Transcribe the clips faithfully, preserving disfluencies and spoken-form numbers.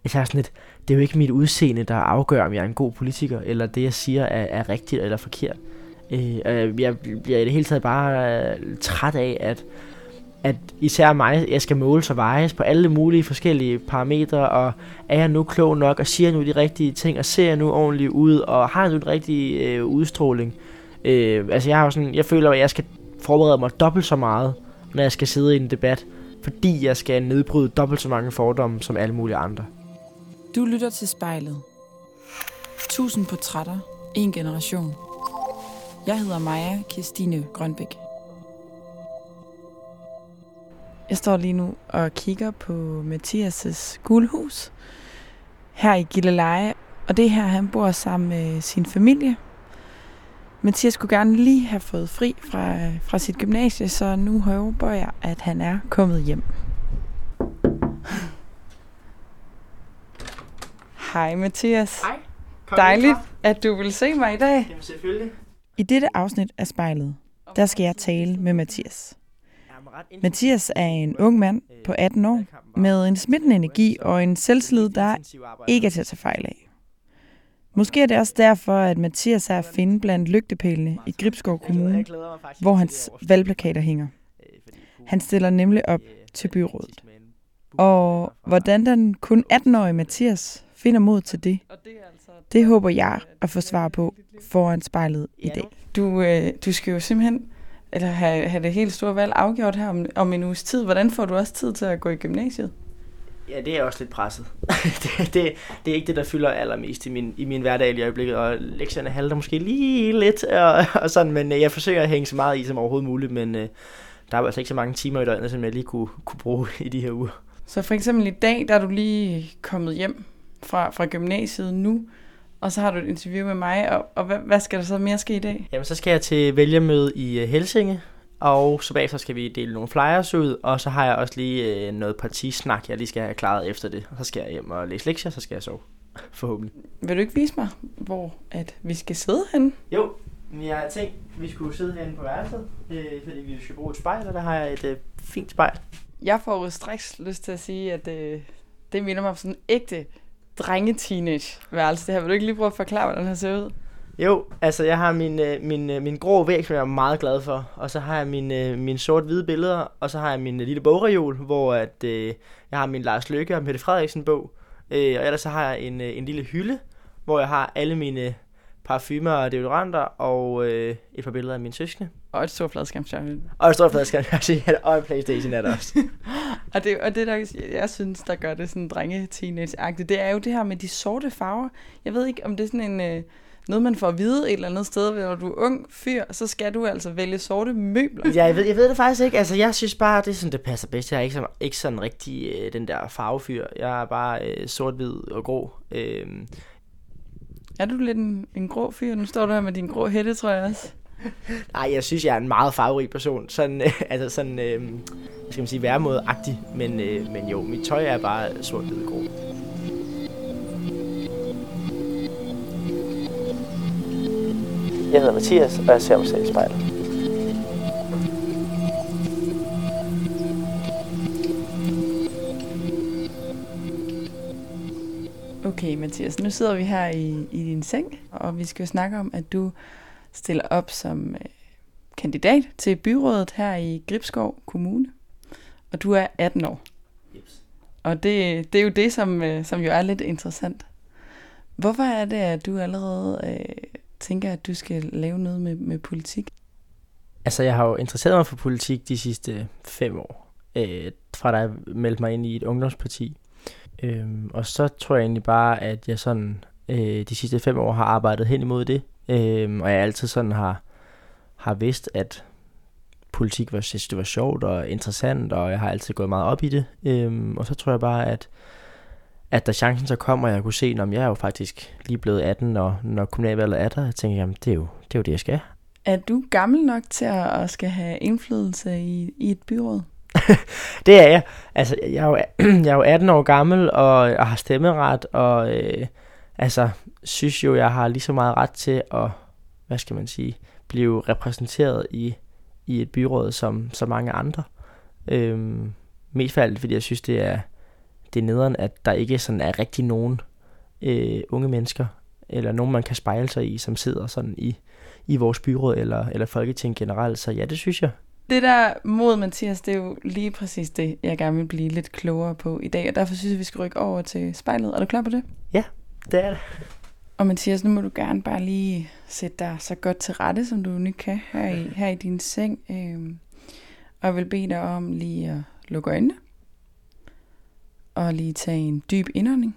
Altså jeg er sådan lidt, det er jo ikke mit udseende, der afgør, om jeg er en god politiker, eller det, jeg siger, er, er rigtigt eller forkert. Øh, jeg bliver i det hele taget bare øh, træt af, at, at især mig, jeg skal måles og vejes på alle mulige forskellige parametre, og er jeg nu klog nok, og siger jeg nu de rigtige ting, og ser jeg nu ordentligt ud, og har jeg nu den rigtige øh, udstråling. Øh, altså jeg har jo sådan, jeg føler, at jeg skal forberede mig dobbelt så meget, når jeg skal sidde i en debat, fordi jeg skal nedbryde dobbelt så mange fordomme som alle mulige andre. Du lytter til Spejlet. Tusind portrætter, en generation. Jeg hedder Maja Kirstine Grønbæk. Jeg står lige nu og kigger på Mathias' guldhus her i Gilleleje, og det er her, han bor sammen med sin familie. Mathias skulle gerne lige have fået fri fra, fra sit gymnasie, så nu håber jeg, at han er kommet hjem. Hej Mathias. Hej. Dejligt, at du vil se mig i dag. Jamen selvfølgelig. I dette afsnit af Spejlet, der skal jeg tale med Mathias. Mathias er en ung mand på atten år, med en smittende energi og en selvtillid, der ikke er til at tage fejl af. Måske er det også derfor, at Mathias er at finde blandt lygtepælene i Gribskov Kommune, hvor hans valgplakater hænger. Han stiller nemlig op til byrådet. Og hvordan den kun attenårige Mathias finder mod til det, det håber jeg at få svar på foran Spejlet i dag. Du, øh, du skal jo simpelthen eller have, have det helt store valg afgjort her om, om en uges tid. Hvordan får du også tid til at gå i gymnasiet? Ja, det er også lidt presset. det, det, det er ikke det, der fylder allermest i min, i min hverdag i øjeblikket, og lektierne halter måske lige lidt, og, og sådan, men jeg forsøger at hænge så meget i som overhovedet muligt, men øh, der er jo altså ikke så mange timer i døgnet, som jeg lige kunne, kunne bruge i de her uger. Så for eksempel i dag, der er du lige kommet hjem fra, fra gymnasiet nu, og så har du et interview med mig, og, og hvad, hvad skal der så mere ske i dag? Jamen, så skal jeg til vælgermøde i Helsinge, og så bagefter skal vi dele nogle flyers ud, og så har jeg også lige øh, noget partisnak, jeg lige skal have klaret efter det. Og så skal jeg hjem og læse lektier, så skal jeg sove. Forhåbentlig. Vil du ikke vise mig, hvor at vi skal sidde henne? Jo, men jeg har tænkt, at vi skulle sidde herinde på værelset, øh, fordi vi skal bruge et spejl, og der har jeg et øh, fint spejl. Jeg får jo straks lyst til at sige, at øh, det minder mig om sådan en ægte drenge-teenage-værelse. Det her, vil du ikke lige prøve at forklare, hvordan den ser ud? Jo, altså jeg har min, øh, min, øh, min grå væg, som jeg er meget glad for, og så har jeg mine, øh, mine sort-hvide billeder, og så har jeg min øh, lille bogreol, hvor at, øh, jeg har min Lars Løkke og Mette Frederiksen bog, øh, og ellers så har jeg en, øh, en lille hylde, hvor jeg har alle mine parfumer og deodoranter, og øh, et par billeder af mine søskende. Og et stort fladskærmsfjernsyn. Og et stort fladskærmsfjernsyn, og en PlayStation er der også. og, det, og det, der jeg synes, der gør det sådan drenge-teenage-agtigt, det er jo det her med de sorte farver. Jeg ved ikke, om det er sådan en... Øh, noget, man får at vide et eller andet sted, når du er ung fyr, så skal du altså vælge sorte møbler. Ja, jeg ved, jeg ved det faktisk ikke. Altså, jeg synes bare, det er sådan, det passer bedst. Jeg er ikke sådan, ikke sådan rigtig øh, den der farvefyr. Jeg er bare øh, sort-hvid og grå. Øh. Er du lidt en, en grå fyr? Nu står du her med din grå hætte, tror jeg også. Nej, jeg synes, jeg er en meget farverig person. Sådan, øh, altså sådan, øh, skal man sige, væremåde-agtig. Men, øh, men jo, mit tøj er bare sort-hvid og grå. Jeg hedder Mathias, og jeg ser mig selv i spejlet. Okay, Mathias, nu sidder vi her i, i din seng, og vi skal jo snakke om, at du stiller op som øh, kandidat til byrådet her i Gribskov Kommune, og du er atten år. Yes. Og det, det er jo det, som, øh, som jo er lidt interessant. Hvorfor er det, at du allerede... Øh, tænker, at du skal lave noget med, med politik? Altså, jeg har jo interesseret mig for politik de sidste fem år, øh, fra da jeg meldte mig ind i et ungdomsparti. Øhm, og så tror jeg egentlig bare, at jeg sådan øh, de sidste fem år har arbejdet hen imod det. Øhm, og jeg altid sådan har, har vidst, at politik var, synes, det var sjovt og interessant, og jeg har altid gået meget op i det. Øhm, og så tror jeg bare, at at da chancen så kommer, og jeg kunne se, at jeg er jo faktisk lige blevet atten, når, når kommunalvalget er der, jeg tænker, jamen det er, jo, det er jo det, jeg skal. Er du gammel nok til at, at skal have indflydelse i, i et byråd? Det er jeg. Altså, jeg er jo, jeg er jo atten år gammel, og, og har stemmeret, og øh, altså, synes jo, jeg har lige så meget ret til at, hvad skal man sige, blive repræsenteret i, i et byråd som så mange andre. Øhm, mest for alt, fordi jeg synes, det er det er nederen, at der ikke sådan er rigtig nogen øh, unge mennesker, eller nogen, man kan spejle sig i, som sidder sådan i, i vores byråd eller, eller Folketing generelt. Så ja, det synes jeg. Det der mod Mathias, det er jo lige præcis det, jeg gerne vil blive lidt klogere på i dag, og derfor synes jeg, vi skal rykke over til spejlet. Er du klar på det? Ja, det er det. Og Mathias, nu må du gerne bare lige sætte dig så godt til rette, som du nu kan her i, her i din seng. Øhm, og jeg vil bede dig om lige at lukke øjnene, og lige tage en dyb indånding.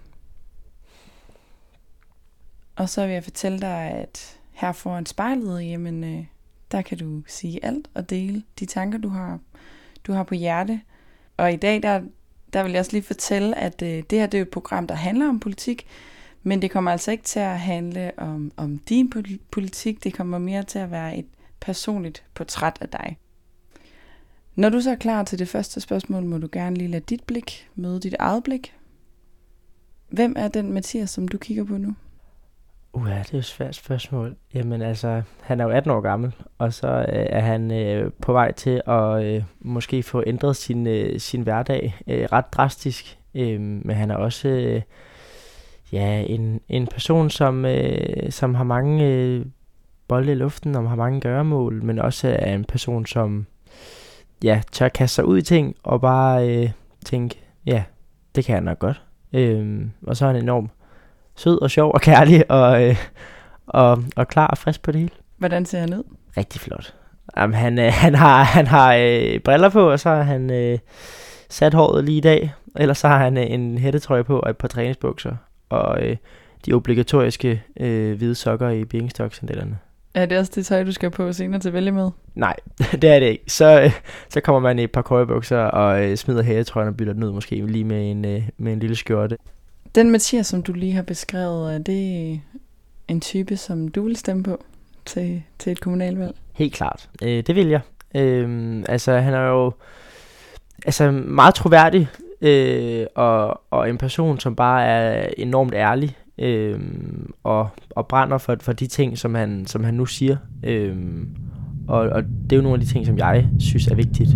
Og så vil jeg fortælle dig, at her foran spejlet, jamen, øh, der kan du sige alt og dele de tanker, du har, du har på hjerte. Og i dag, der, der vil jeg også lige fortælle, at øh, det her det er et program, der handler om politik, men det kommer altså ikke til at handle om, om din politik. Det kommer mere til at være et personligt portræt af dig. Når du så er klar til det første spørgsmål, må du gerne lige lade dit blik møde dit eget blik. Hvem er den Mathias, som du kigger på nu? Uh, det er jo et svært spørgsmål. Jamen altså, han er jo atten år gammel, og så øh, er han øh, på vej til at øh, måske få ændret sin, øh, sin hverdag øh, ret drastisk. Øh, men han er også øh, ja, en, en person, som, øh, som har mange øh, bolde i luften, og har mange gøremål, men også er en person, som ja, tør kaste sig ud i ting, og bare øh, tænke, ja, det kan han nok godt. Øh, og så er han enormt sød og sjov og kærlig, og, øh, og, og klar og frisk på det hele. Hvordan ser han ud? Rigtig flot. Jamen, han, øh, han har, han har øh, briller på, og så har han øh, sat håret lige i dag. Ellers så har han øh, en hættetrøje på og et par træningsbukser. Og øh, de obligatoriske øh, hvide sokker i Birkenstock-sandalerne. Er det også det tøj, du skal på senere til vælge med? Nej, det er det ikke. Så, øh, så kommer man i et par køjebukser og øh, smider hættetrøjen og bytter den ud måske lige med en, øh, med en lille skjorte. Den Mathias, som du lige har beskrevet, er det en type, som du vil stemme på til, til et kommunalvalg? Helt klart. Øh, det vil jeg. Øh, altså, han er jo altså, meget troværdig, øh, og, og en person, som bare er enormt ærlig, øh, og, og brænder for, for de ting, som han, som han nu siger. Øh, og, og det er jo nogle af de ting, som jeg synes er vigtigt.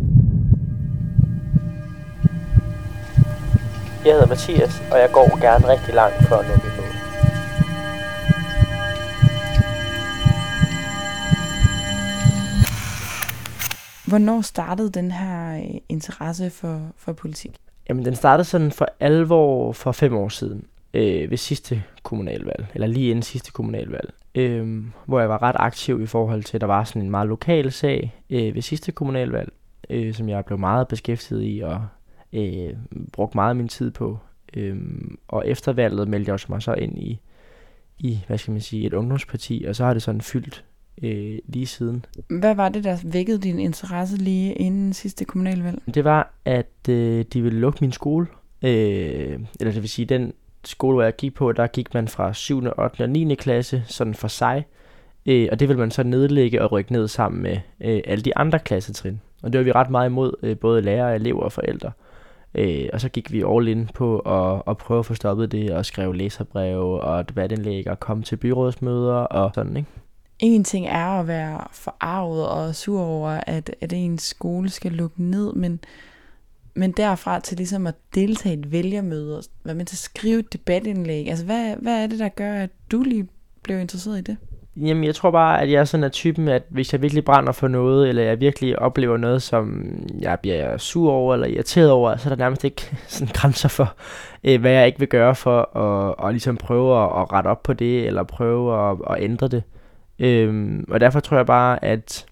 Jeg hedder Mathias, og jeg går gerne rigtig langt for at nå mit mål. Hvornår startede den her interesse for, for politik? Jamen, den startede sådan for alvor for fem år siden, øh, ved sidste kommunalvalg, eller lige inden sidste kommunalvalg, øh, hvor jeg var ret aktiv i forhold til, at der var sådan en meget lokal sag øh, ved sidste kommunalvalg, øh, som jeg blev meget beskæftiget i og øh, brugt meget af min tid på. Øh, og efter valget meldte jeg mig så ind i, i, hvad skal man sige, et ungdomsparti, og så har det sådan fyldt øh, lige siden. Hvad var det, der vækkede din interesse lige inden sidste kommunalvalg? Det var, at øh, de ville lukke min skole. Øh, eller det vil sige, den skole, hvor jeg gik på, der gik man fra syvende, ottende og niende klasse, sådan for sig. Øh, og det ville man så nedlægge og rykke ned sammen med øh, alle de andre klassetrin. Og det var vi ret meget imod, øh, både lærere, elever og forældre. Øh, og så gik vi all in på at, at prøve at få stoppet det, og skrive læserbreve og debatindlæg og komme til byrådsmøder og sådan, ikke? En ting er at være forarvet og sur over, at, at ens skole skal lukke ned, men, men derfra til ligesom at deltage i et vælgermøde og være med til at skrive et debatindlæg. Altså, hvad, hvad er det, der gør, at du lige blev interesseret i det? Jamen, jeg tror bare, at jeg er sådan en typen, at hvis jeg virkelig brænder for noget, eller jeg virkelig oplever noget, som jeg bliver sur over eller irriteret over, så er der nærmest ikke sådan grænser for, øh, hvad jeg ikke vil gøre for at, at ligesom prøve at, at rette op på det, eller prøve at, at ændre det. Øhm, og derfor tror jeg bare, at,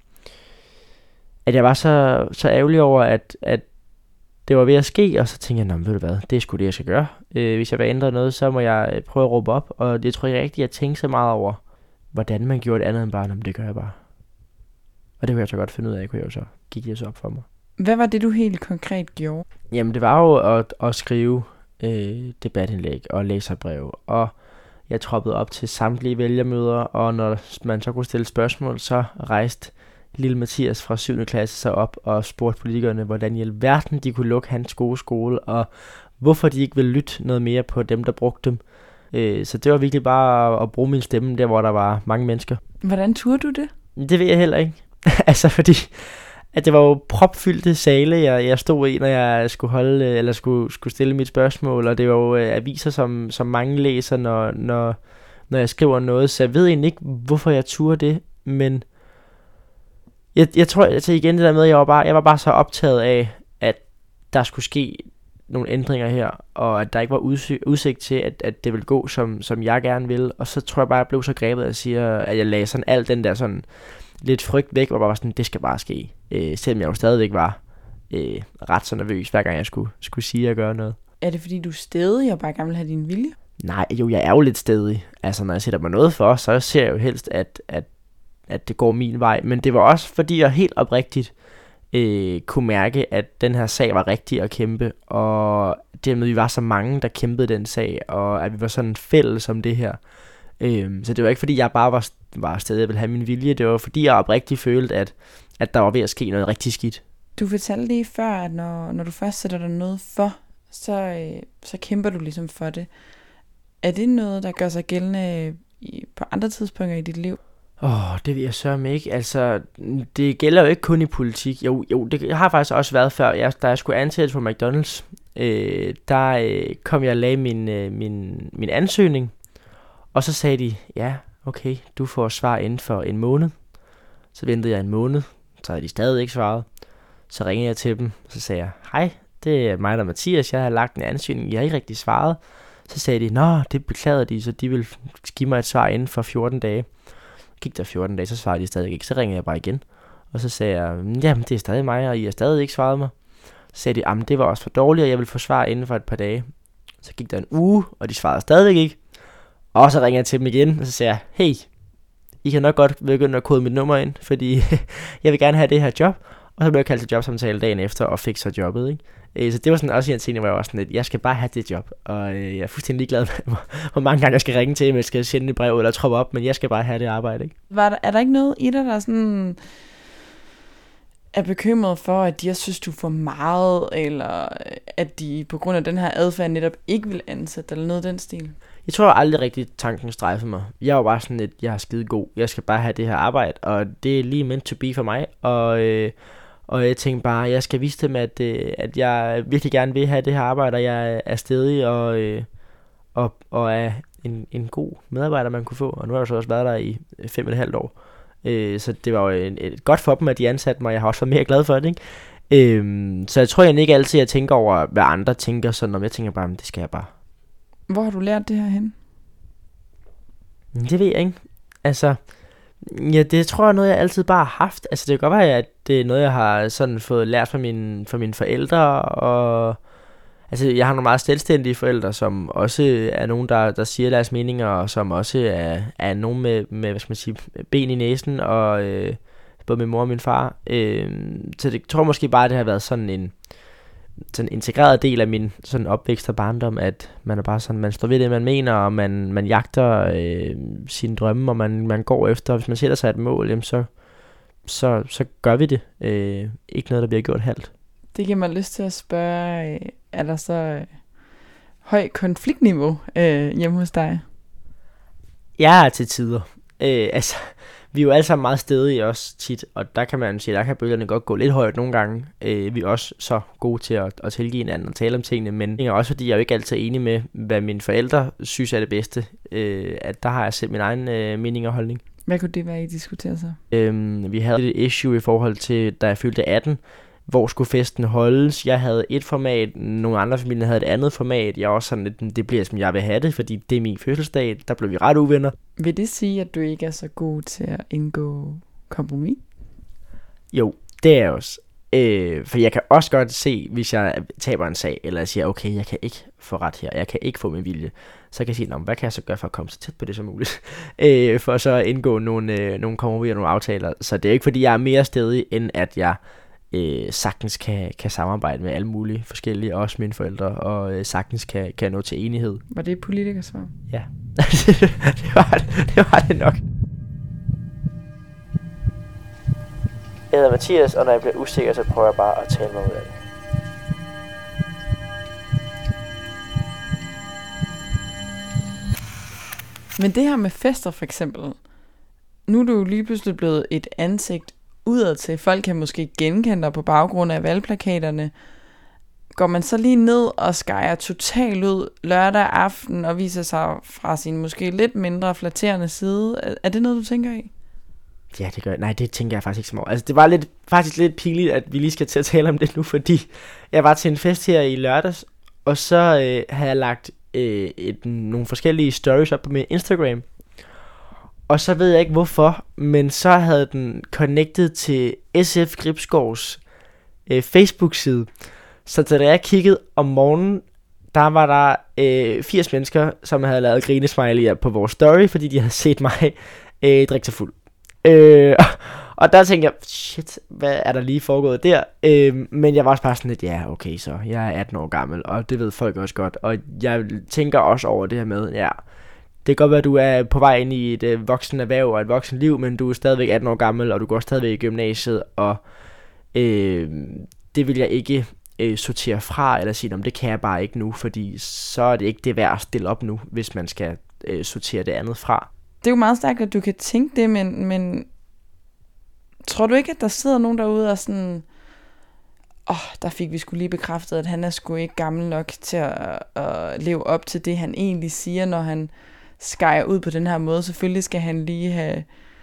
at jeg var så, så ærgerlig over, at, at det var ved at ske, og så tænkte jeg, ved du hvad, det er sgu det, jeg skal gøre. Øh, hvis jeg vil ændre noget, så må jeg prøve at råbe op, og det tror jeg rigtigt, jeg tænkte så meget over, hvordan man gjorde det andet end bare, det gør jeg bare. Og det kunne jeg så godt finde ud af, kunne jeg jo så, gik det så op for mig. Hvad var det, du helt konkret gjorde? Jamen, det var jo at, at skrive øh, debatindlæg og læserbrev, og jeg troppede op til samtlige vælgermøder, og når man så kunne stille spørgsmål, så rejste lille Mathias fra syvende klasse sig op og spurgte politikerne, hvordan i alverden de kunne lukke hans gode skole, og hvorfor de ikke ville lytte noget mere på dem, der brugte dem. Øh, så det var virkelig bare at bruge min stemme der, hvor der var mange mennesker. Hvordan turde du det? Det ved jeg heller ikke. Altså fordi, at det var jo propfyldte sale, jeg, jeg stod i, når jeg skulle holde, eller skulle, skulle stille mit spørgsmål, og det var jo øh, aviser, som, som mange læser, når, når, når jeg skriver noget, så jeg ved egentlig ikke, hvorfor jeg turde det, men jeg, jeg tror, altså igen det der med, at jeg var, bare, jeg var bare så optaget af, at der skulle ske nogle ændringer her, og at der ikke var udsigt, udsigt til, at, at det ville gå, som, som jeg gerne ville, og så tror jeg bare, at jeg blev så grebet, at jeg siger, at jeg lagde sådan alt den der sådan lidt frygt væk, og bare sådan, det skal bare ske, øh, selvom jeg jo stadigvæk var øh, ret så nervøs, hver gang jeg skulle, skulle sige og gøre noget. Er det fordi, du er stædig og bare gerne vil have din vilje? Nej, jo, jeg er jo lidt stædig. Altså, når jeg sætter mig noget for, så ser jeg jo helst, at, at, at det går min vej, men det var også, fordi jeg helt oprigtigt øh, kunne mærke, at den her sag var rigtig at kæmpe, og dermed vi var så mange, der kæmpede den sag, og at vi var sådan fælles om det her. Øh, så det var ikke fordi, jeg bare var, var stadig at ville have min vilje, det var fordi, jeg oprigtigt følte, at, at der var ved at ske noget rigtig skidt. Du fortalte lige før, at når, når du først sætter dig noget for, så, øh, så kæmper du ligesom for det. Er det noget, der gør sig gældende i, på andre tidspunkter i dit liv? Åh, oh, det vil jeg sørge ikke. Altså, det gælder jo ikke kun i politik. Jo, jo, det har faktisk også været før. Jeg, da jeg skulle ansættes på McDonald's, øh, der øh, kom jeg og lagde min, øh, min, min ansøgning. Og så sagde de, ja, okay, du får svar inden for en måned. Så ventede jeg en måned, så havde de stadig ikke svaret. Så ringede jeg til dem, og så sagde jeg, hej, det er mig og Mathias, jeg har lagt en ansøgning, jeg har ikke rigtig svaret. Så sagde de, nå, det beklagede de, så de ville give mig et svar inden for fjorten dage. Gik der fjorten dage, så svarede de stadig ikke, så ringede jeg bare igen. Og så sagde jeg, jamen det er stadig mig, og I har stadig ikke svaret mig. Så sagde de, jamen det var også for dårligt, og jeg ville få svar inden for et par dage. Så gik der en uge, og de svarede stadig ikke. Og så ringede jeg til dem igen, og så sagde jeg, hey, I kan nok godt begynde at kode mit nummer ind, fordi jeg vil gerne have det her job. Og så blev jeg kaldt til jobsamtale dagen efter, og fik så jobbet, ikke? Så det var sådan også en ting, hvor jeg var sådan lidt, jeg skal bare have det job. Og jeg er fuldstændig ligeglad med, hvor mange gange jeg skal ringe til, om jeg skal sende et brev eller troppe op, men jeg skal bare have det arbejde, ikke? Var der, er der ikke noget i dig, der sådan er bekymret for, at de også synes, du får meget, eller at de på grund af den her adfærd netop ikke vil ansætte, eller noget af den stil? Jeg tror aldrig rigtig, tanken strejfede mig. Jeg var bare sådan lidt, jeg er skide god, jeg skal bare have det her arbejde, og det er lige meant to be for mig, og... Øh, Og jeg tænkte bare, jeg skal vise dem, at, øh, at jeg virkelig gerne vil have det her arbejde, og jeg er stædig og, øh, og, og er en, en god medarbejder, man kunne få. Og nu har jeg så også været der i fem og et halvt år. Øh, så det var jo en, et godt for dem, at de ansatte mig. Jeg har også været mere glad for det, ikke? Øh, så jeg tror egentlig ikke altid, at jeg tænker over, hvad andre tænker, sådan om jeg tænker bare, det skal jeg bare. Hvor har du lært det her hen? Det ved jeg ikke. Altså... Ja, det tror jeg er noget, jeg altid bare har haft. Altså, det kan godt være, at det er noget, jeg har sådan fået lært fra mine, fra mine forældre, og... Altså, jeg har nogle meget selvstændige forældre, som også er nogen, der, der siger deres meninger, og som også er, er nogen med, med, hvad skal man sige, ben i næsen, og øh, både min mor og min far. Øh, så det tror jeg måske bare, det har været sådan en sådan en integreret del af min sådan opvækst og barndom, at man er bare sådan, man står ved det, man mener, og man, man jagter øh, sine drømme, og man, man går efter, og hvis man sætter sig et mål, jamen så, så, så gør vi det. Øh, ikke noget, der bliver gjort halvt. Det giver mig lyst til at spørge, øh, er der så øh, høj konfliktniveau øh, hjemme hos dig? Jeg er til tider. Øh, altså, vi er jo alle sammen meget stedige også tit, og der kan man sige, der kan bølgerne godt gå lidt højt nogle gange. Øh, vi er også så gode til at, at tilgive hinanden og tale om tingene, men også fordi jeg er jo ikke altid enig med, hvad mine forældre synes er det bedste. Øh, at der har jeg selv min egen øh, mening og holdning. Hvad kunne det være, I diskuterer så? Øh, vi havde et issue i forhold til, da jeg fyldte atten, hvor skulle festen holdes. Jeg havde et format, nogle andre familier havde et andet format. Jeg var også sådan lidt, det bliver som jeg vil have det, fordi det er min fødselsdag. Der blev vi ret uvenner. Vil det sige, at du ikke er så god til at indgå kompromis? Jo, det er jeg også. Øh, for jeg kan også godt se, hvis jeg taber en sag, eller jeg siger, okay, jeg kan ikke få ret her, jeg kan ikke få min vilje, så kan jeg sige, hvad kan jeg så gøre for at komme så tæt på det som muligt, øh, for så at indgå nogle, øh, nogle kompromis og nogle aftaler. Så det er ikke, fordi jeg er mere stedig, end at jeg øh, sagtens kan, kan samarbejde med alle mulige forskellige, også mine forældre, og øh, sagtens kan, kan nå til enighed. Var det et politikersvar? Ja, det, var det, det var det nok. Jeg hedder Mathias, og når jeg bliver usikker, så prøver jeg bare at tale mig ud af det. Men det her med fester for eksempel, nu er du lige pludselig blevet et ansigt udad til. Folk kan måske genkende dig på baggrund af valgplakaterne. Går man så lige ned og skærer totalt ud lørdag aften og viser sig fra sin måske lidt mindre flatterende side? Er det noget, du tænker i? Ja, det gør jeg. Nej, det tænker jeg faktisk ikke så meget. Altså, det var lidt, faktisk lidt pinligt, at vi lige skal til at tale om det nu, fordi jeg var til en fest her i lørdags, og så øh, havde jeg lagt øh, et, nogle forskellige stories op på min Instagram. Og så ved jeg ikke hvorfor, men så havde den connected til S F Gribskovs øh, Facebook-side. Så da jeg kiggede om morgenen, der var der øh, firs mennesker, som havde lavet grinesmiley'er på vores story, fordi de havde set mig øh, drikke sig fuld. Øh, og der tænkte jeg, shit, hvad er der lige foregået der? Øh, men jeg var også bare sådan lidt, ja, okay, så jeg er atten år gammel, og det ved folk også godt. Og jeg tænker også over det her med, ja, det kan godt være, at du er på vej ind i et øh, voksen erhverv og et voksen liv, men du er stadigvæk atten år gammel, og du går stadigvæk i gymnasiet, og øh, det vil jeg ikke øh, sortere fra, eller sige, om det kan jeg bare ikke nu, fordi så er det ikke det værd at stille op nu, hvis man skal øh, sortere det andet fra. Det er jo meget stærkt, at du kan tænke det, men, men tror du ikke, at der sidder nogen derude og sådan, åh, oh, der fik vi sgu lige bekræftet, at han er sgu ikke gammel nok til at, at leve op til det, han egentlig siger, når han skærer ud på den her måde. Selvfølgelig skal han lige have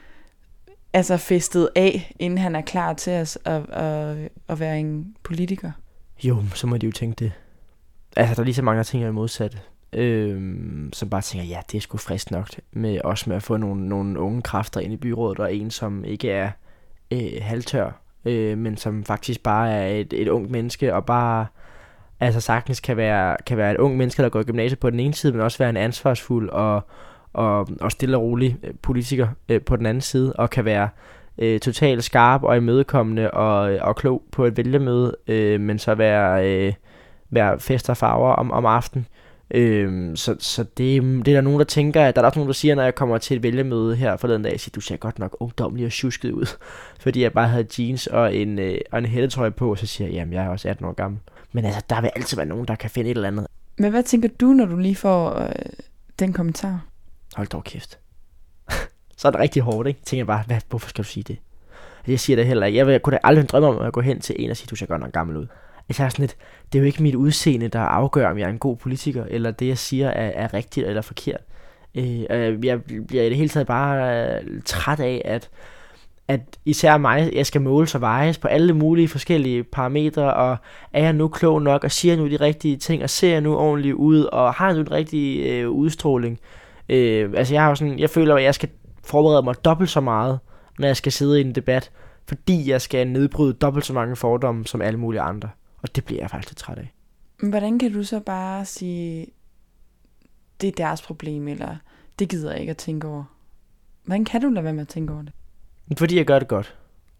altså festet af, inden han er klar til at, at, at, at være en politiker. Jo, så må de jo tænke det. Altså, der er lige så mange, der tænker i modsatte. Øhm, som bare tænker, ja, det er sgu frisk nok med også med at få nogle, nogle unge kræfter ind i byrådet, og en, som ikke er øh, halvtør, øh, men som faktisk bare er et, et ungt menneske, og bare altså sagtens kan være, kan være et ungt menneske, der går i gymnasiet på den ene side, men også være en ansvarsfuld og, og, og stille og rolig politiker øh, på den anden side, og kan være øh, totalt skarp og imødekommende og, og klog på et vælgermøde, øh, men så være, øh, være fest og farver om, om aftenen. Øhm, så så det, det er der nogen, der tænker, at der er også nogen, der siger, når jeg kommer til et vælgermøde her forleden dag, siger, du ser godt nok ungdomlig og tjusket ud, fordi jeg bare havde jeans og en, øh, og en hættetrøje på, og så siger jeg, jamen jeg er også atten år gammel. Men altså, der vil altid være nogen, der kan finde et eller andet. Men hvad tænker du, når du lige får øh, den kommentar? Hold dog kæft. Så er det rigtig hårdt, ikke? Jeg tænker bare, hvad, hvorfor skal du sige det? Jeg siger det heller ikke. Jeg, vil, jeg kunne da aldrig drømme om at gå hen til en og sige, du ser godt nok gammel ud. Jeg er sådan lidt, det er jo ikke mit udseende, der afgør, om jeg er en god politiker, eller det, jeg siger, er, er rigtigt eller forkert. Øh, jeg bliver i det hele taget bare øh, træt af, at, at især mig, jeg skal måles og vejes på alle mulige forskellige parametre, og er jeg nu klog nok, og siger jeg nu de rigtige ting, og ser jeg nu ordentligt ud, og har jeg nu den rigtige øh, udstråling. Øh, altså jeg har jo sådan, jeg føler, at jeg skal forberede mig dobbelt så meget, når jeg skal sidde i en debat, fordi jeg skal nedbryde dobbelt så mange fordomme som alle mulige andre. Og det bliver jeg faktisk lidt træt af. Hvordan kan du så bare sige, det er deres problem, eller det gider jeg ikke at tænke over? Hvordan kan du lade være med at tænke over det? Fordi jeg gør det godt.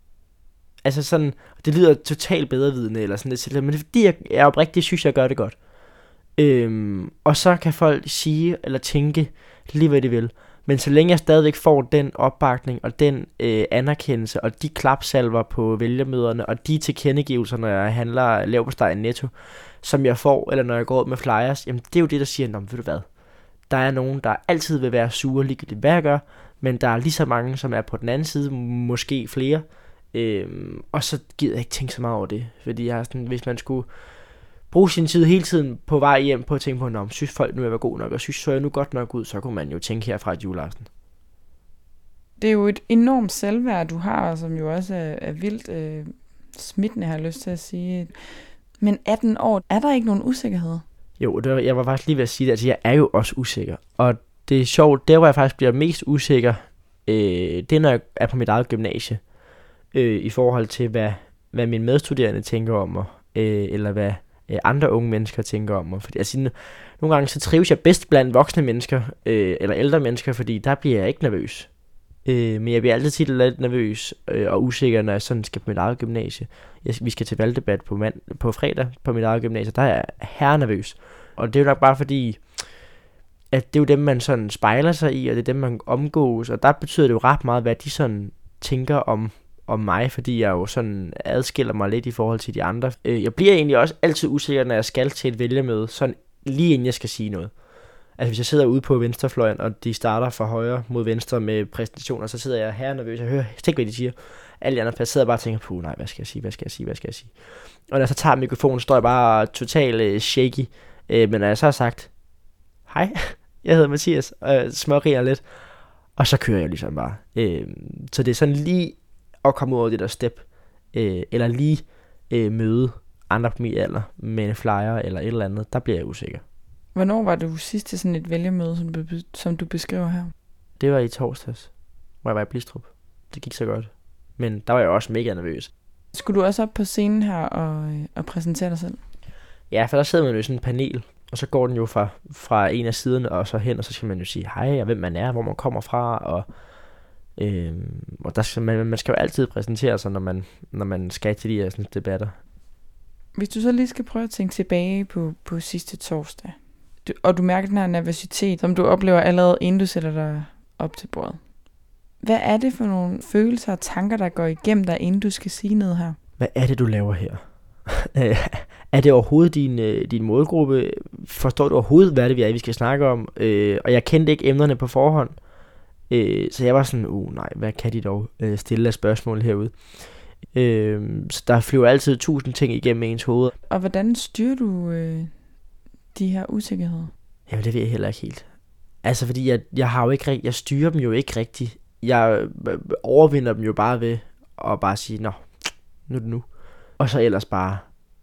Altså sådan, det lyder totalt bedrevidende, eller sådan lidt, men det er fordi, jeg, jeg oprigtigt synes, jeg gør det godt. Øhm, og så kan folk sige, eller tænke, lige hvad de vil. Men så længe jeg stadigvæk får den opbakning og den øh, anerkendelse og de klapsalver på vælgermøderne og de tilkendegivelser, når jeg handler leverpostej i Netto, som jeg får, eller når jeg går ud med flyers, jamen det er jo det, der siger, nå, ved du hvad, der er nogen, der altid vil være sure, ligegyldigt hvad jeg gør, men der er lige så mange, som er på den anden side, måske flere, øhm, og så gider jeg ikke tænke så meget over det, fordi jeg har sådan, hvis man skulle bruge sin tid hele tiden på vej hjem på at tænke på, om synes folk nu er god nok, og synes så jeg nu godt nok ud, så kunne man jo tænke herfra et juleaften. Det er jo et enormt selvværd, du har, som jo også er, er vildt øh, smittende, har jeg lyst til at sige. Men atten år, er der ikke nogen usikkerhed? Jo, det var, jeg var faktisk lige ved at sige det, altså jeg er jo også usikker. Og det er sjovt, der hvor jeg faktisk bliver mest usikker, øh, det er når jeg er på mit eget gymnasie, øh, i forhold til hvad, hvad mine medstuderende tænker om mig, øh, eller hvad andre unge mennesker tænker om mig. Fordi, altså, nogle gange så trives jeg bedst blandt voksne mennesker, øh, eller ældre mennesker, fordi der bliver jeg ikke nervøs. Øh, men jeg bliver altid tit lidt nervøs øh, og usikker, når jeg sådan skal på mit eget gymnasie. Jeg, vi skal til valgdebat på, mand, på fredag på mit eget gymnasie, der er jeg herre nervøs. Og det er jo nok bare fordi, at det er jo dem, man sådan spejler sig i, og det er dem, man omgås, og der betyder det jo ret meget, hvad de sådan tænker om om mig, fordi jeg jo sådan adskiller mig lidt i forhold til de andre. Jeg bliver egentlig også altid usikker, når jeg skal til et vælgermøde, sådan lige inden jeg skal sige noget. Altså hvis jeg sidder ude på venstrefløjen, og de starter fra højre mod venstre med præsentationer, så sidder jeg her nervøs, jeg hører ikke, hvad de siger. alle de andre pladser sidder bare og tænker, puh, nej, hvad skal jeg sige, hvad skal jeg sige, hvad skal jeg sige. Og når jeg så tager mikrofonen, står jeg bare totalt øh, shaky. Øh, men når jeg så har sagt, hej, jeg hedder Mathias, og jeg småriger lidt, og så kører jeg ligesom bare. Øh, så det er sådan lige at komme ud over det der step, øh, eller lige øh, møde andre på min alder med en flyer eller et eller andet, der bliver jeg usikker. Hvornår var du sidst til sådan et vælgermøde, som du, som du beskriver her? Det var i torsdags, hvor jeg var i Blistrup. Det gik så godt. Men der var jeg også mega nervøs. Skulle du også op på scenen her og, og præsentere dig selv? Ja, for der sidder man jo i sådan en panel, og så går den jo fra, fra en af siderne og så hen, og så skal man jo sige hej, og hvem man er, hvor man kommer fra, og, øh, og der skal man, man skal jo altid præsentere sig, når man, når man skal til de her sådan, debatter. Hvis du så lige skal prøve at tænke tilbage på, på sidste torsdag, du, og du mærker den her nervøsitet, som du oplever allerede, inden du sætter dig op til bordet. Hvad er det for nogle følelser og tanker, der går igennem dig, inden du skal sige noget her? Hvad er det, du laver her? Er det overhovedet din, din målgruppe? Forstår du overhovedet, hvad det er, vi skal snakke om? Øh, og jeg kendte ikke emnerne på forhånd. Øh, så jeg var sådan, uh nej, hvad kan de dog øh, stille af spørgsmål herude? Øh, så der flyver altid tusind ting igennem ens hoved. Og hvordan styrer du øh, de her usikkerheder? Jamen det ved jeg heller ikke helt. Altså fordi jeg, jeg har jo ikke jeg styrer dem jo ikke rigtigt. Jeg overvinder dem jo bare ved at bare sige, nå, nu er det nu. Og så ellers bare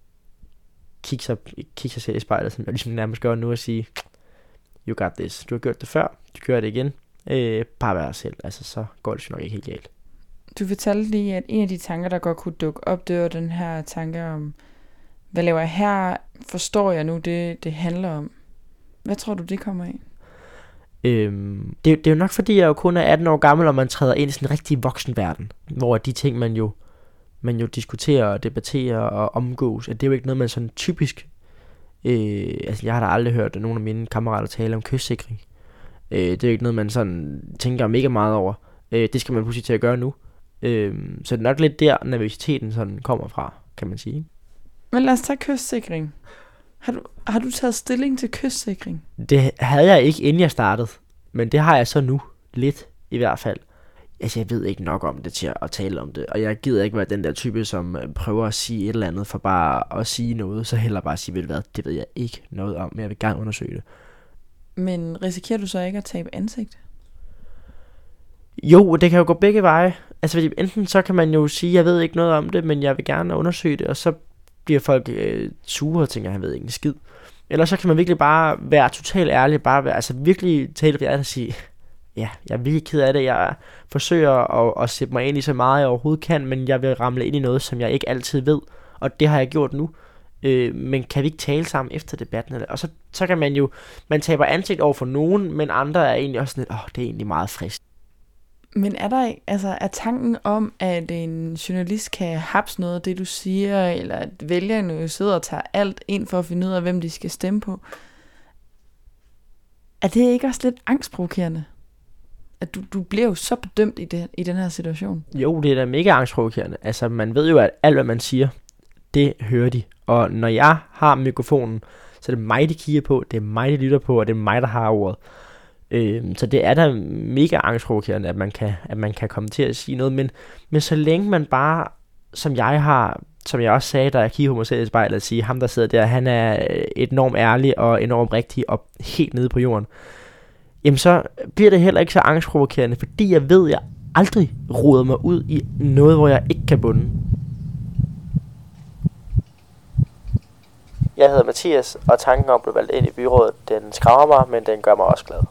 kigge sig, kigge sig selv i spejlet, som jeg ligesom nærmest gør nu, og sige, you got this. Du har gjort det før, du gør det igen. Øh, bare være selv, altså så går det jo nok ikke helt galt. Du fortalte lige, at en af de tanker, der godt kunne dukke op, det var den her tanke om, hvad laver jeg her? Forstår jeg nu det, det handler om? Hvad tror du, det kommer af? Øhm, det, det er jo nok fordi, jeg jo kun er atten år gammel, og man træder ind i sådan en rigtig voksenverden, hvor de ting, man jo, man jo diskuterer og debatterer og omgås, at det er jo ikke noget, man sådan typisk... Øh, altså, jeg har da aldrig hørt nogen af mine kammerater tale om kystsikring. Øh, det er jo ikke noget, man sådan tænker mega meget over. Øh, det skal man pludselig til at gøre nu. Øh, så det er nok lidt der, nervøsiteten sådan kommer fra, kan man sige. Men lad os tage kystsikring. Har du, har du taget stilling til kystsikring? Det havde jeg ikke, inden jeg startede. Men det har jeg så nu. Lidt, i hvert fald. Altså, jeg ved ikke nok om det til at tale om det. Og jeg gider ikke være den der type, som prøver at sige et eller andet, for bare at sige noget. Så heller bare sige, ved du hvad, det ved jeg ikke noget om, men jeg vil gerne undersøge det. Men risikerer du så ikke at tabe ansigt? Jo, det kan jo gå begge veje. Altså, fordi enten så kan man jo sige, jeg ved ikke noget om det, men jeg vil gerne undersøge det, og så bliver folk øh, sure og tænker, han ved ikke en skid. Eller så kan man virkelig bare være totalt ærlig, bare være, altså virkelig tale reelt og sige, ja, jeg er virkelig ked af det, jeg forsøger at, at sætte mig ind i så meget, jeg overhovedet kan, men jeg vil ramle ind i noget, som jeg ikke altid ved, og det har jeg gjort nu. Øh, men kan vi ikke tale sammen efter debatten? Eller? Og så, så kan man jo, man taber ansigt over for nogen, men andre er egentlig også sådan lidt, åh, oh, det er egentlig meget frisk. Men er der altså er tanken om, at en journalist kan hapse noget af det, du siger, eller at vælgerne jo sidder og tager alt ind for at finde ud af, hvem de skal stemme på, er det ikke også lidt angstprovokerende? At du, du bliver jo så bedømt i, det, i den her situation. Jo, det er da mega angstprovokerende. Altså, man ved jo, at alt, hvad man siger, det hører de. Og når jeg har mikrofonen, så er det mig, de kigger på, det er mig, de lytter på, og det er mig, der har ordet. Øh, så det er da mega angstprovokerende, at man kan, at man kan komme til at sige noget. Men, men så længe man bare, som jeg har, som jeg også sagde, da jeg kiggede på mig selv i spejlet, at sige, ham der sidder der, han er enormt ærlig og enormt rigtig og helt nede på jorden. Jamen så bliver det heller ikke så angstprovokerende, fordi jeg ved, at jeg aldrig roder mig ud i noget, hvor jeg ikke kan bunde. Jeg hedder Mathias, og tanken om at blive valgt ind i byrådet, den skræmmer mig, men den gør mig også glad.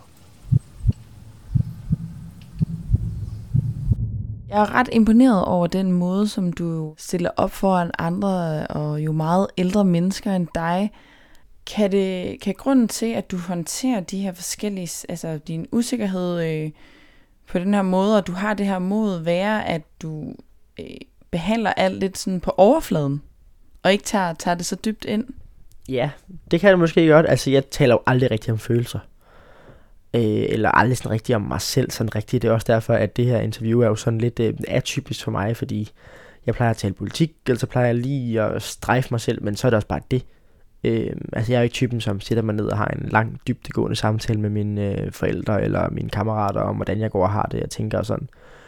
Jeg er ret imponeret over den måde, som du stiller op foran andre og jo meget ældre mennesker end dig. Kan, det, kan grunden til, at du håndterer de her forskellige, altså din usikkerhed øh, på den her måde, og du har det her mod, være, at du øh, behandler alt lidt sådan på overfladen, og ikke tager, tager det så dybt ind? Ja, det kan det måske godt. Altså, jeg taler jo aldrig rigtig om følelser. Øh, eller aldrig sådan rigtig om mig selv sådan rigtigt. Det er også derfor, at det her interview er jo sådan lidt øh, atypisk for mig, fordi jeg plejer at tale politik, eller så plejer jeg lige at strejfe mig selv, men så er det også bare det. Øh, altså, jeg er jo ikke typen, som sætter mig ned og har en lang, dybdegående samtale med mine øh, forældre eller mine kammerater om, hvordan jeg går og har det, jeg tænker og sådan.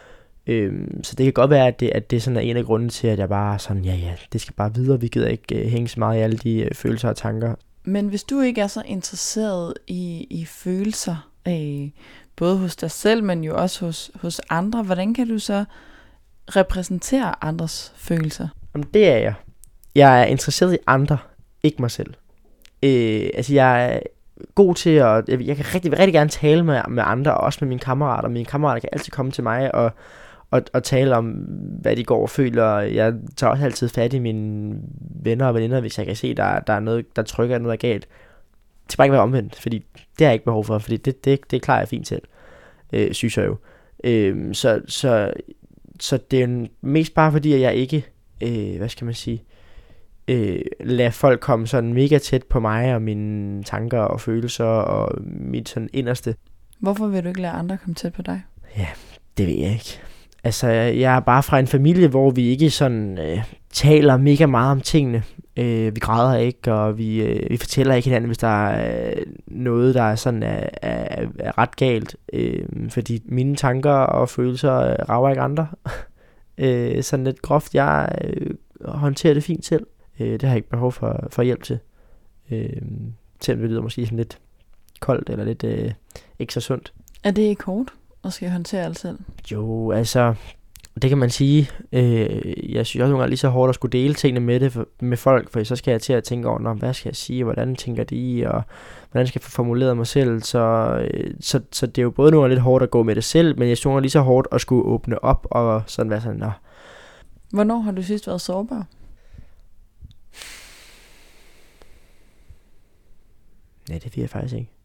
Øhm, så det kan godt være, at det, at det sådan er en af grundene til, at jeg bare er sådan, ja ja, det skal bare videre, vi gider ikke øh, hænge så meget i alle de øh, følelser og tanker. Men hvis du ikke er så interesseret i, i følelser, øh, både hos dig selv, men jo også hos, hos andre, hvordan kan du så repræsentere andres følelser? Jamen, det er jeg. Jeg er interesseret i andre, ikke mig selv. Øh, altså, jeg er god til at... Jeg, jeg kan rigtig, rigtig gerne tale med, med andre, og også med mine kammerater. Mine kammerater kan altid komme til mig og, og, og tale om, hvad de går og føler. Jeg tager også altid fat i mine venner og veninder, hvis jeg kan se, at der, der er noget, der trykker, noget er galt. Det skal bare ikke være omvendt, fordi det har jeg ikke behov for, fordi det, det, det klarer jeg fint selv, øh, synes jeg jo. Øh, så, så, så det er jo mest bare fordi, at jeg ikke, øh, hvad skal man sige, øh, lader folk komme sådan mega tæt på mig og mine tanker og følelser og mit sådan inderste. Hvorfor vil du ikke lade andre komme tæt på dig? Ja, det ved jeg ikke. Altså, jeg er bare fra en familie, hvor vi ikke sådan øh, taler mega meget om tingene. Øh, vi græder ikke, og vi, øh, vi fortæller ikke hinanden, hvis der er øh, noget, der er sådan er, er, er ret galt. Øh, fordi mine tanker og følelser øh, rager ikke andre. øh, sådan lidt groft. Jeg øh, håndterer det fint selv. Øh, det har jeg ikke behov for, for hjælp til. Øh, selvom det lyder måske sådan lidt koldt, eller lidt øh, ikke så sundt. Er det ikke hårdt at skal håndtere alt selv? Jo, altså, det kan man sige. Øh, jeg synes også nogle gange lige så hårdt at skulle dele tingene med, det for, med folk, for så skal jeg til at tænke over, hvad skal jeg sige, hvordan tænker de, og hvordan skal jeg få formuleret mig selv. Så, øh, så, så det er jo både nogle gange lidt hårdt at gå med det selv, men jeg synes lige så hårdt at skulle åbne op og sådan være sådan, nå. Hvornår har du sidst været sårbar? Nej, det ved jeg faktisk ikke.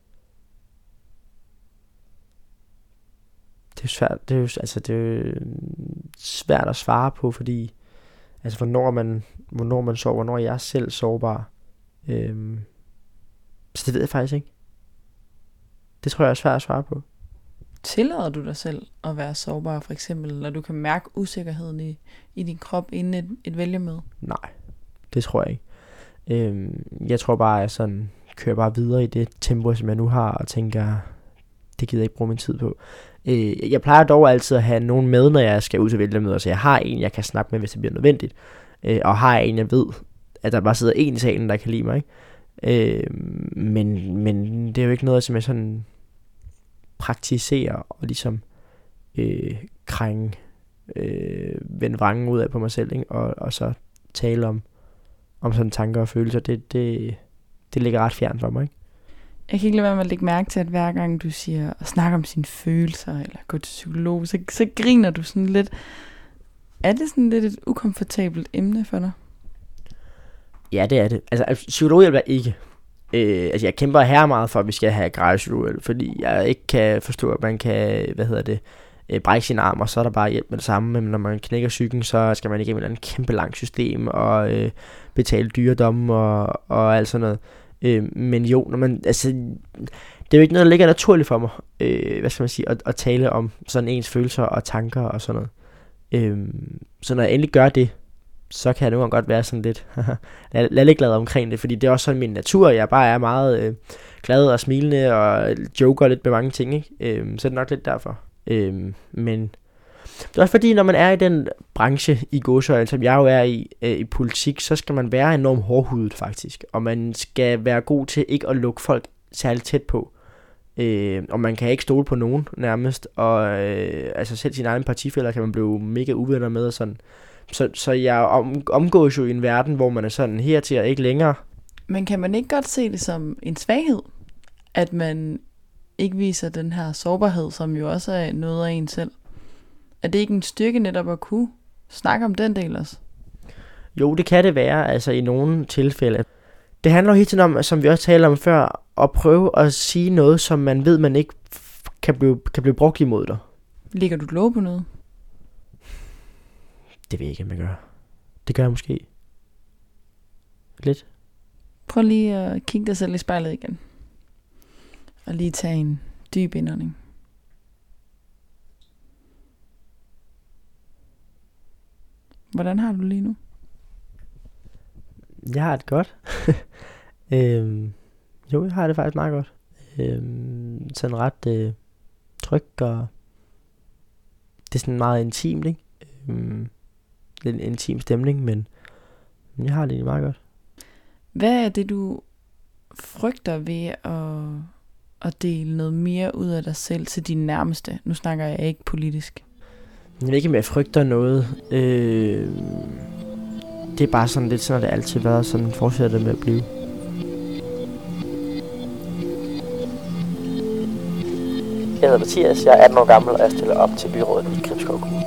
Det er jo svært, det er jo, altså det er jo svært at svare på, fordi altså hvornår man, hvornår man sover, hvornår jeg er selv sårbar. Øhm, så det ved jeg faktisk ikke. Det tror jeg er svært at svare på. Tillader du dig selv at være sårbar, for eksempel, når du kan mærke usikkerheden i, i din krop inden et, et vælgermøde? Nej, det tror jeg ikke. Øhm, jeg tror bare, at jeg sådan kører bare videre i det tempo, som jeg nu har, og tænker, det gider jeg ikke bruge min tid på. Øh, jeg plejer dog altid at have nogen med, når jeg skal ud til vælgermøder, så jeg har en, jeg kan snakke med, hvis det bliver nødvendigt. Øh, og har en, jeg ved, at der bare sidder en i salen, der kan lide mig. Ikke? Øh, men, men det er jo ikke noget, som jeg sådan praktiserer og ligesom øh, krænge, øh, vende vrangen ud af på mig selv, ikke? Og, og så tale om, om sådan tanker og følelser. Det, det, det ligger ret fjern for mig, ikke? Jeg kan ikke lade være med at lægge mærke til, at hver gang du siger at snakke om sine følelser, eller gå til psykolog, så, så griner du sådan lidt. Er det sådan lidt et ukomfortabelt emne for dig? Ja, det er det. Altså, psykologhjælp er ikke. Øh, altså, jeg kæmper her meget for, at vi skal have gratis psykologhjælp, fordi jeg ikke kan forstå, at man kan, hvad hedder det, øh, brække sin arm, og så er der bare hjælp med det samme. Men når man knækker psyken, så skal man igennem et eller andet kæmpe langt system, og øh, betale dyredomme, og, og alt sådan noget. Øh, men jo, når man, altså, det er jo ikke noget, der ligger naturligt for mig, øh, hvad skal man sige, at, at tale om sådan ens følelser og tanker og sådan noget. Øh, så når jeg endelig gør det, så kan jeg nogle gange godt være sådan lidt, lad lidt glad omkring det, fordi det er også sådan min natur, jeg bare er meget øh, glad og smilende og joker lidt med mange ting, ikke? Øh, så er det nok lidt derfor. Øh, men det er også fordi, når man er i den branche i gåseøjne, som jeg jo er i, øh, i politik, så skal man være enormt hårdhudet faktisk. Og man skal være god til ikke at lukke folk særligt tæt på. Øh, og man kan ikke stole på nogen nærmest. Og øh, altså selv sine egne partifæller kan man blive mega uvenner med og sådan. Så, så jeg om, omgås jo i en verden, hvor man er sådan her til og ikke længere. Men kan man ikke godt se det som en svaghed, at man ikke viser den her sårbarhed, som jo også er noget af en selv? Er det ikke en styrke netop at kunne snakke om den del også? Jo, det kan det være, altså i nogle tilfælde. Det handler jo hele tiden om, som vi også talte om før, at prøve at sige noget, som man ved, man ikke kan blive, kan blive brugt imod dig. Ligger du låg på noget? Det ved jeg ikke, om jeg gør. Det gør jeg måske. Lidt. Prøv lige at kigge dig selv i spejlet igen. Og lige tage en dyb indånding. Hvordan har du lige nu? Jeg har det godt. øhm, jo, jeg har det faktisk meget godt. Øhm, sådan ret øh, tryg, og det er sådan meget intimt, ikke? Øhm, lidt en intim stemning, men jeg har det egentlig meget godt. Hvad er det, du frygter ved at, at dele noget mere ud af dig selv til dine nærmeste? Nu snakker jeg ikke politisk. Jeg ved ikke, om jeg frygter noget. Øh, det er bare sådan lidt sådan, det altid har været. Sådan fortsætter det med at blive. Jeg hedder Mathias, jeg er atten år gammel, og jeg stiller op til byrådet i Gribskov Kommune.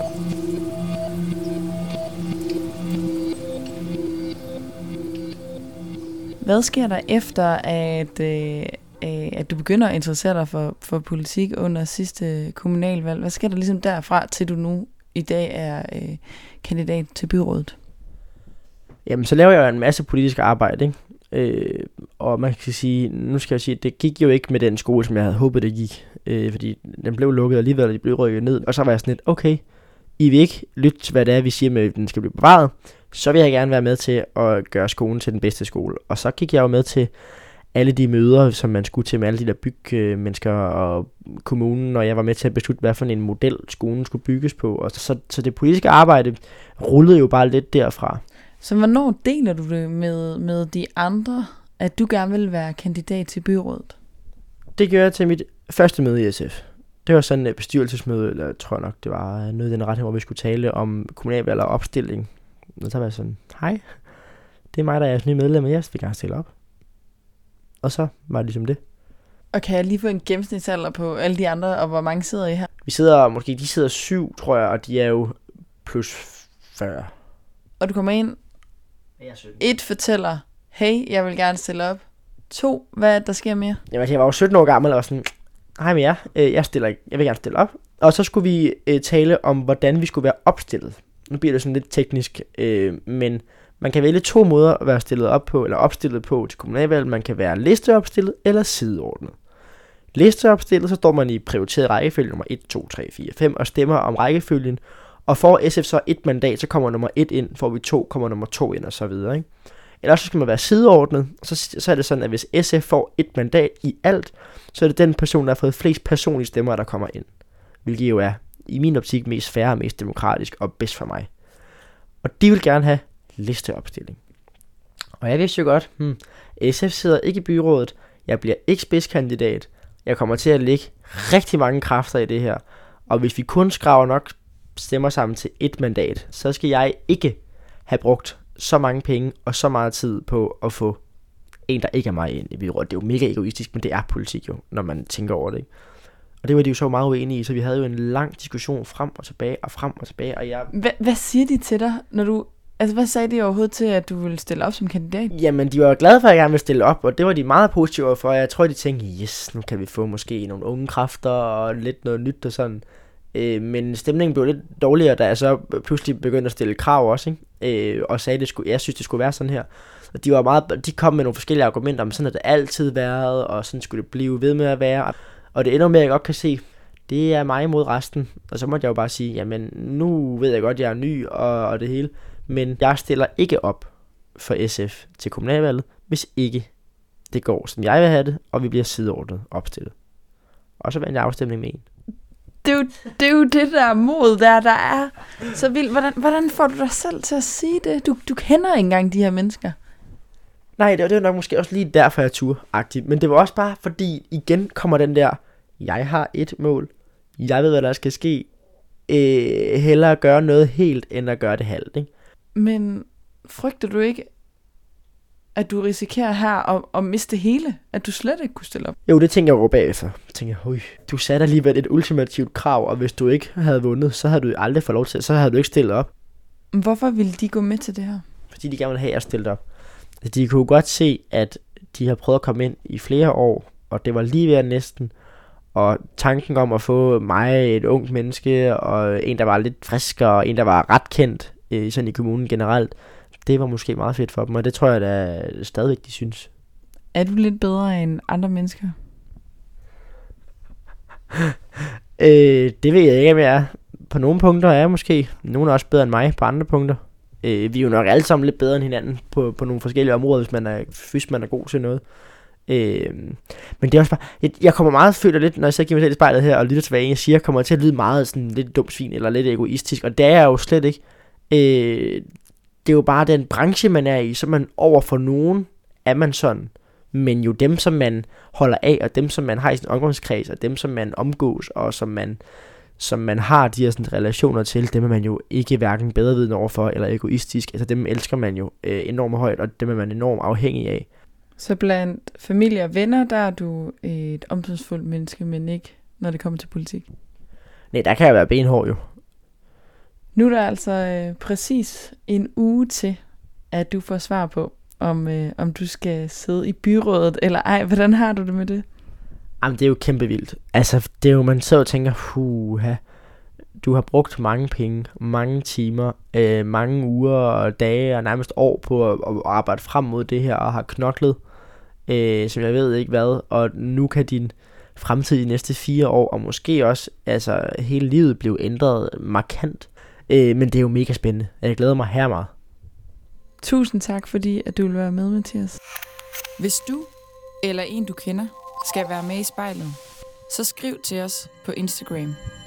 Hvad sker der efter, at, øh, at du begynder at interessere dig for, for politik under sidste kommunalvalg? Hvad sker der ligesom derfra, til du nu i dag er øh, kandidat til byrådet? Jamen, så laver jeg jo en masse politisk arbejde, ikke? Øh, og man kan sige, nu skal jeg sige, det gik jo ikke med den skole, som jeg havde håbet, det gik. Øh, fordi den blev lukket alligevel, og de blev rykket ned. Og så var jeg sådan lidt, okay, I vil ikke lytte til, hvad det er, vi siger med, at den skal blive bevaret. Så vil jeg gerne være med til at gøre skolen til den bedste skole. Og så gik jeg jo med til alle de møder, som man skulle til med alle de der byggemennesker og kommunen, og jeg var med til at beslutte, hvad for en model skolen skulle bygges på. Og så, så det politiske arbejde rullede jo bare lidt derfra. Så hvornår deler du det med, med de andre, at du gerne vil være kandidat til byrådet? Det gjorde jeg til mit første møde i S F. Det var sådan et bestyrelsesmøde, eller jeg tror nok, det var noget i den retning, hvor vi skulle tale om kommunalvalg og opstilling. Og så var jeg sådan, hej, det er mig, der er ny medlem, og jeg vil gerne stille op. Og så var det ligesom det. Og kan jeg lige få en gennemsnitsalder på alle de andre, og hvor mange sidder I her? Vi sidder, måske de sidder syv, tror jeg, og de er jo plus fyrre. Og du kommer ind, et fortæller, hey, jeg vil gerne stille op. To, hvad er det, der sker mere? Jamen, jeg var jo sytten år gammel, og var sådan, hej med jer, jeg, stiller, jeg vil gerne stille op. Og så skulle vi øh, tale om, hvordan vi skulle være opstillet. Nu bliver det sådan lidt teknisk, øh, men man kan vælge to måder at være stillet op på, eller opstillet på til kommunalvalg. Man kan være listeopstillet eller sideordnet. Listeopstillet, så står man i prioriteret rækkefølge nummer et, to, tre, fire, fem og stemmer om rækkefølgen. Og får S F så et mandat, så kommer nummer et ind, får vi to, kommer nummer to ind og så videre, ikke? Eller så skal man være sideordnet, så, så er det sådan, at hvis S F får et mandat i alt, så er det den person, der har fået flest personlige stemmer, der kommer ind. Hvilket jo er i min optik mest fair, mest demokratisk og bedst for mig. Og de vil gerne have listeopstilling. Og jeg vidste jo godt, hmm, S F sidder ikke i byrådet, jeg bliver ikke spidskandidat, jeg kommer til at lægge rigtig mange kræfter i det her, og hvis vi kun skraver nok stemmer sammen til et mandat, så skal jeg ikke have brugt så mange penge og så meget tid på at få en, der ikke er mig ind i byrådet. Det er jo mega egoistisk, men det er politik jo, når man tænker over det, ikke? Og det var de jo så meget uenige i, så vi havde jo en lang diskussion frem og tilbage og frem og tilbage, og jeg... Hva, hvad siger de til dig, når du... Altså, hvad sagde de overhovedet til, at du ville stille op som kandidat? Jamen, de var glade for, at jeg gerne ville stille op, og det var de meget positive for. Jeg tror, de tænkte, yes, nu kan vi få måske nogle unge kræfter og lidt noget nyt og sådan. Øh, men stemningen blev lidt dårligere, da jeg så pludselig begyndte at stille krav også, ikke? Øh, og sagde, at det skulle, jeg synes, det skulle være sådan her. Og de, var meget, de kom med nogle forskellige argumenter om, sådan har det altid været, og sådan skulle det blive ved med at være. Og det ender med, at jeg godt kan se, det er mig mod resten. Og så måtte jeg jo bare sige, jamen nu ved jeg godt, at jeg er ny og, og det hele. Men jeg stiller ikke op for S F til kommunalvalget, hvis ikke det går, som jeg vil have det, og vi bliver sideordnet opstillet. Og så vandt jeg afstemning med en. Det er, jo, det er jo det der mod, der, der er så vildt. Hvordan, hvordan får du dig selv til at sige det? Du, du kender ikke engang de her mennesker. Nej, det var, det var nok måske også lige derfor, jeg turde-agtigt. Men det var også bare, fordi igen kommer den der, jeg har et mål, jeg ved, hvad der skal ske. Øh, hellere gøre noget helt, end at gøre det halvt, ikke? Men frygter du ikke, at du risikerer her at, at miste hele? At du slet ikke kunne stille op? Jo, det tænker jeg over bagefter. Jeg tænker, høj, du satte alligevel et ultimativt krav, og hvis du ikke havde vundet, så havde du aldrig fået lov til, så havde du ikke stillet op. Hvorfor ville de gå med til det her? Fordi de gerne ville have, at jeg stillede op. De kunne godt se, at de har prøvet at komme ind i flere år, og det var lige ved at næsten. Og tanken om at få mig, et ungt menneske, og en, der var lidt frisk, og en, der var ret kendt, øh, sådan i kommunen generelt, det var måske meget fedt for dem, og det tror jeg da stadigvæk, de synes. Er du lidt bedre end andre mennesker? øh, det ved jeg ikke, om jeg er. På nogle punkter er jeg måske. Nogle er også bedre end mig på andre punkter. Øh, vi er jo nok alle sammen lidt bedre end hinanden på, på nogle forskellige områder, hvis man er, hvis man er god til noget. Øh, men det er også bare, jeg, jeg kommer meget føler lidt, når jeg så giver mig selv i spejlet her og lytter til, hvad jeg siger, kommer til at lyde meget sådan lidt dumt svin eller lidt egoistisk, og det er jeg jo slet ikke. Øh, det er jo bare den branche, man er i, så man over for nogen er man sådan, men jo dem, som man holder af, og dem, som man har i sin omgangskreds, og dem, som man omgås, og som man, som man har de her sådan, relationer til, dem er man jo ikke hverken bedrevidende overfor, eller egoistisk, altså dem elsker man jo øh, enormt højt, og dem er man enormt afhængig af. Så blandt familie og venner, der er du et omsorgsfuldt menneske, men ikke når det kommer til politik? Nej, der kan jeg være benhård jo. Nu er der altså øh, præcis en uge til, at du får svar på, om, øh, om du skal sidde i byrådet eller ej. Hvordan har du det med det? Jamen, det er jo kæmpe vildt. Altså, det er jo, man så og tænker, huha, du har brugt mange penge, mange timer, øh, mange uger og dage og nærmest år på at, at arbejde frem mod det her, og har knoklet, øh, som jeg ved ikke hvad, og nu kan din fremtid de næste fire år, og måske også altså, hele livet blive ændret markant. Øh, men det er jo mega spændende. Jeg glæder mig her meget. Tusind tak, fordi at du vil være med, Mathias. Hvis du eller en, du kender, skal være med i spejlet, så skriv til os på Instagram.